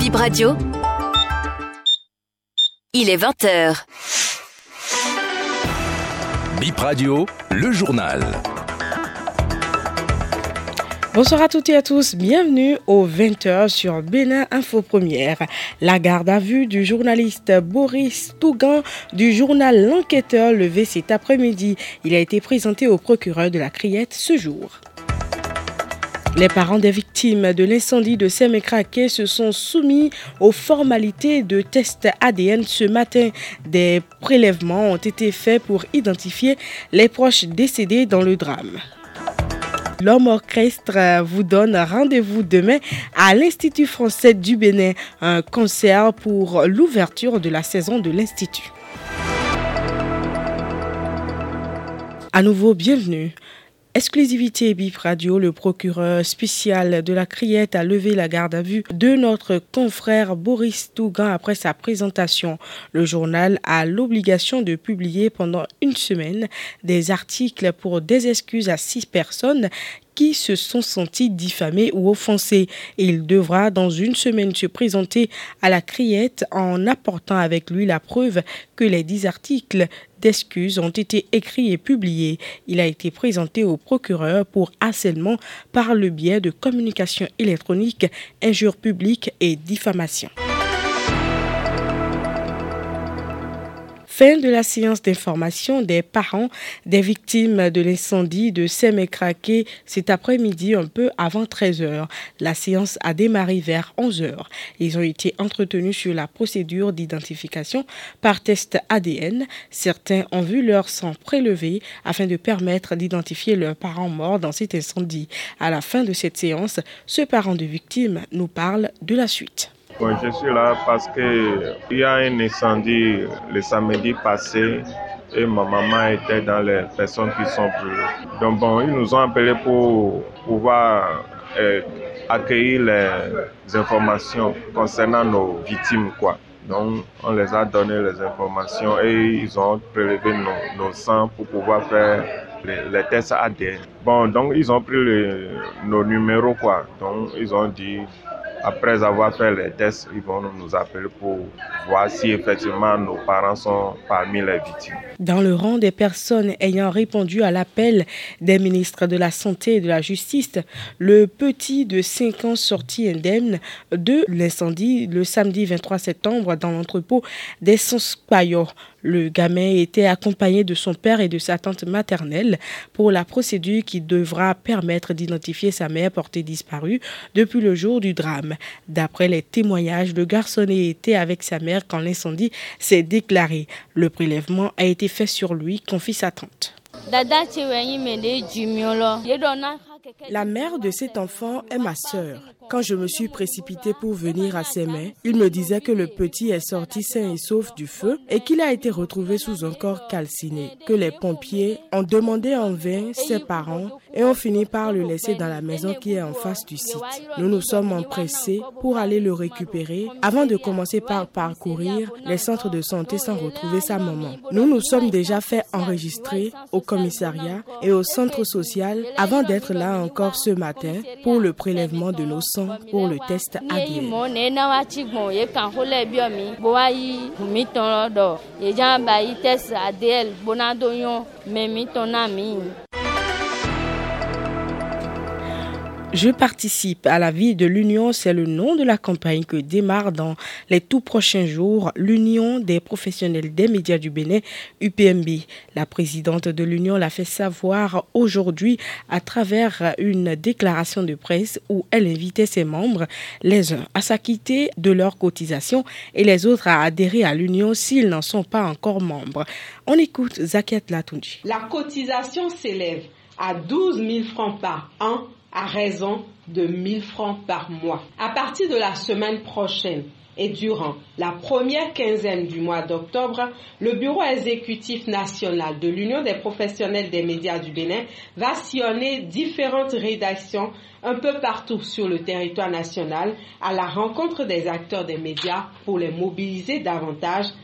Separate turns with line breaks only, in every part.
Bip Radio. Il est 20h.
Bip Radio, le journal.
Bonsoir à toutes et à tous, bienvenue aux 20h sur Bénin Info Première. La garde à vue du journaliste Boris Tougan du journal L'Enquêteur levé cet après-midi. Il a été présenté au procureur de la Criette ce jour. Les parents des victimes de l'incendie de Sémécraqué se sont soumis aux formalités de test ADN ce matin. Des prélèvements ont été faits pour identifier les proches décédés dans le drame. L'Homme Orchestre vous donne rendez-vous demain à l'Institut français du Bénin, un concert pour l'ouverture de la saison de l'Institut. À nouveau, bienvenue. Exclusivité Bip Radio, le procureur spécial de la Criette a levé la garde à vue de notre confrère Boris Tougan après sa présentation. Le journal a l'obligation de publier pendant une semaine des articles pour des excuses à 6 personnes qui se sont sentis diffamés ou offensés. Il devra dans une semaine se présenter à la Criette en apportant avec lui la preuve que les 10 articles d'excuses ont été écrits et publiés. Il a été présenté au procureur pour harcèlement par le biais de communication électronique, injures publiques et diffamation. Fin de la séance d'information des parents des victimes de l'incendie de Sémécraqué cet après-midi un peu avant 13h. La séance a démarré vers 11h. Ils ont été entretenus sur la procédure d'identification par test ADN. Certains ont vu leur sang prélevé afin de permettre d'identifier leurs parents morts dans cet incendie. À la fin de cette séance, ce parent de victime nous parle de la suite.
Bon, je suis là parce qu'il y a un incendie le samedi passé et ma maman était dans les personnes qui sont brûlées. Donc bon, ils nous ont appelés pour pouvoir accueillir les informations concernant nos victimes, quoi. Donc on les a donné les informations et ils ont prélevé nos sangs pour pouvoir faire les tests ADN. Bon, donc ils ont pris nos numéros, quoi. Donc ils ont dit, après avoir fait les tests, ils vont nous appeler pour voir si effectivement nos parents sont parmi les victimes.
Dans le rang des personnes ayant répondu à l'appel des ministres de la Santé et de la Justice, le petit de 5 ans sorti indemne de l'incendie le samedi 23 septembre dans l'entrepôt des Sons-Payo. Le gamin était accompagné de son père et de sa tante maternelle pour la procédure qui devra permettre d'identifier sa mère portée disparue depuis le jour du drame. D'après les témoignages, le garçonnet était avec sa mère quand l'incendie s'est déclaré. Le prélèvement a été fait sur lui, confie sa tante. La mère de cet enfant est ma sœur. Quand je me suis précipitée pour venir à ses mains, il me disait que le petit est sorti sain et sauf du feu et qu'il a été retrouvé sous un corps calciné, que les pompiers ont demandé en vain ses parents et ont fini par le laisser dans la maison qui est en face du site. Nous nous sommes empressés pour aller le récupérer avant de commencer par parcourir les centres de santé sans retrouver sa maman. Nous nous sommes déjà fait enregistrer au commissariat et au centre social avant d'être là encore ce matin pour le prélèvement de nos sangs pour le test ADN. Je participe à la vie de l'Union, c'est le nom de la campagne que démarre dans les tout prochains jours l'Union des professionnels des médias du Bénin, UPMB. La présidente de l'Union l'a fait savoir aujourd'hui à travers une déclaration de presse où elle invitait ses membres, les uns à s'acquitter de leurs cotisations et les autres à adhérer à l'Union s'ils n'en sont pas encore membres. On écoute Zakiat Latoundji.
La cotisation s'élève à 12 000 francs par an à raison de 1 000 francs par mois. À partir de la semaine prochaine et durant la première quinzaine du mois d'octobre, le Bureau exécutif national de l'Union des professionnels des médias du Bénin va sillonner différentes rédactions un peu partout sur le territoire national à la rencontre des acteurs des médias pour les mobiliser davantage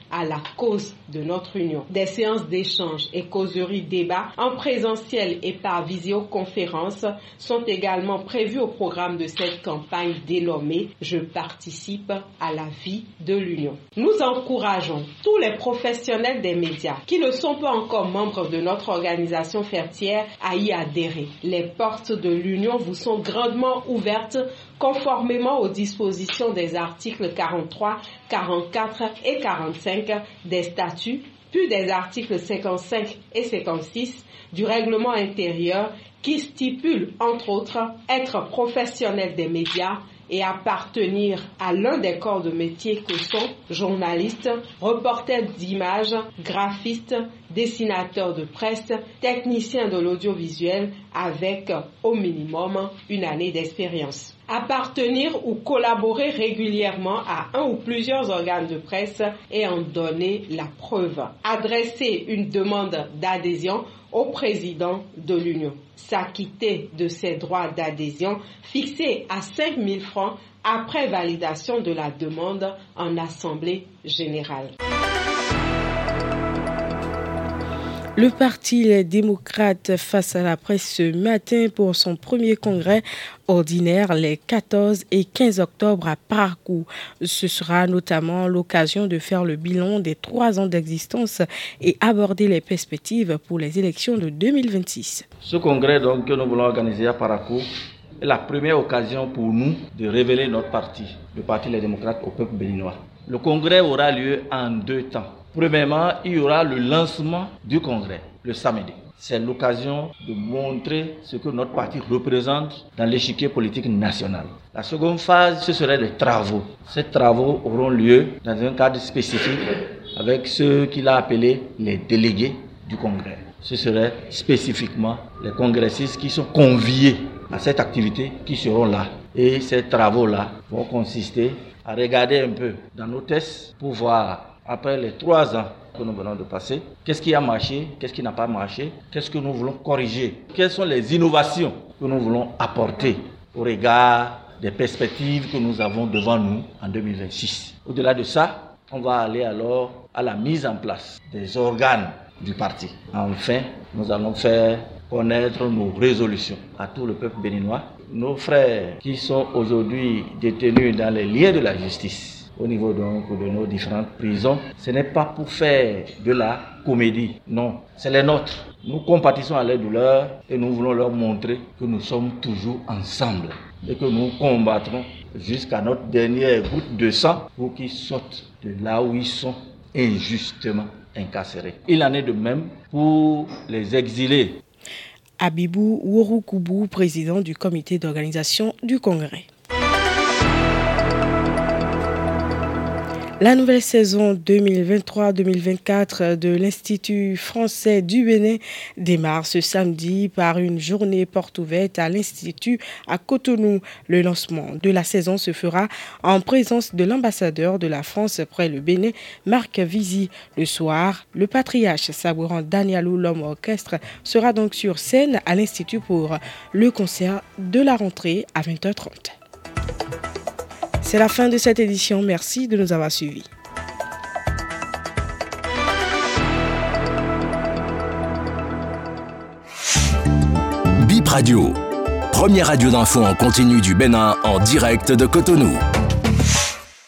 à la cause de notre union. Des séances d'échange et causeries débats en présentiel et par visioconférence sont également prévues au programme de cette campagne dénommée « Je participe à la vie de l'Union ». Nous encourageons tous les professionnels des médias qui ne sont pas encore membres de notre organisation Fertière à y adhérer. Les portes de l'Union vous sont grandement ouvertes conformément aux dispositions des articles 43, 44 et 45 des statuts, puis des articles 55 et 56 du règlement intérieur qui stipulent, entre autres, être professionnel des médias et appartenir à l'un des corps de métier que sont journalistes, reporters d'images, graphistes, dessinateurs de presse, techniciens de l'audiovisuel avec au minimum une année d'expérience. Appartenir ou collaborer régulièrement à un ou plusieurs organes de presse et en donner la preuve. Adresser une demande d'adhésion au président de l'Union. S'acquitter de ses droits d'adhésion fixés à 5 000 francs après validation de la demande en assemblée générale.
Le Parti Les Démocrates face à la presse ce matin pour son premier congrès ordinaire les 14 et 15 octobre à Parakou. Ce sera notamment l'occasion de faire le bilan des 3 ans d'existence et aborder les perspectives pour les élections de 2026.
Ce congrès donc, que nous voulons organiser à Parakou est la première occasion pour nous de révéler notre parti, le Parti Les Démocrates au peuple béninois. Le congrès aura lieu en 2 temps. Premièrement, il y aura le lancement du congrès, le samedi. C'est l'occasion de montrer ce que notre parti représente dans l'échiquier politique national. La seconde phase, ce serait des travaux. Ces travaux auront lieu dans un cadre spécifique avec ceux qu'il a appelés les délégués du congrès. Ce seraient spécifiquement les congressistes qui sont conviés à cette activité qui seront là. Et ces travaux-là vont consister à regarder un peu dans nos tests pour voir, après les 3 ans que nous venons de passer, qu'est-ce qui a marché, qu'est-ce qui n'a pas marché, qu'est-ce que nous voulons corriger, quelles sont les innovations que nous voulons apporter au regard des perspectives que nous avons devant nous en 2026. Au-delà de ça, on va aller alors à la mise en place des organes du parti. Enfin, nous allons faire connaître nos résolutions à tout le peuple béninois. Nos frères qui sont aujourd'hui détenus dans les liens de la justice, au niveau donc de nos différentes prisons, ce n'est pas pour faire de la comédie, non, c'est les nôtres. Nous compatissons à leur douleur et nous voulons leur montrer que nous sommes toujours ensemble et que nous combattrons jusqu'à notre dernière goutte de sang pour qu'ils sortent de là où ils sont injustement incarcérés. Il en est de même pour les exilés.
Abibou Worokoubou, président du comité d'organisation du congrès. La nouvelle saison 2023-2024 de l'Institut français du Bénin démarre ce samedi par une journée porte ouverte à l'Institut à Cotonou. Le lancement de la saison se fera en présence de l'ambassadeur de la France près le Bénin, Marc Vizy. Le soir, le patriarche Sabouran Danielou, l'homme orchestre, sera donc sur scène à l'Institut pour le concert de la rentrée à 20h30. C'est la fin de cette édition. Merci de nous avoir suivis.
Bip Radio, première radio d'info en continu du Bénin en direct de Cotonou.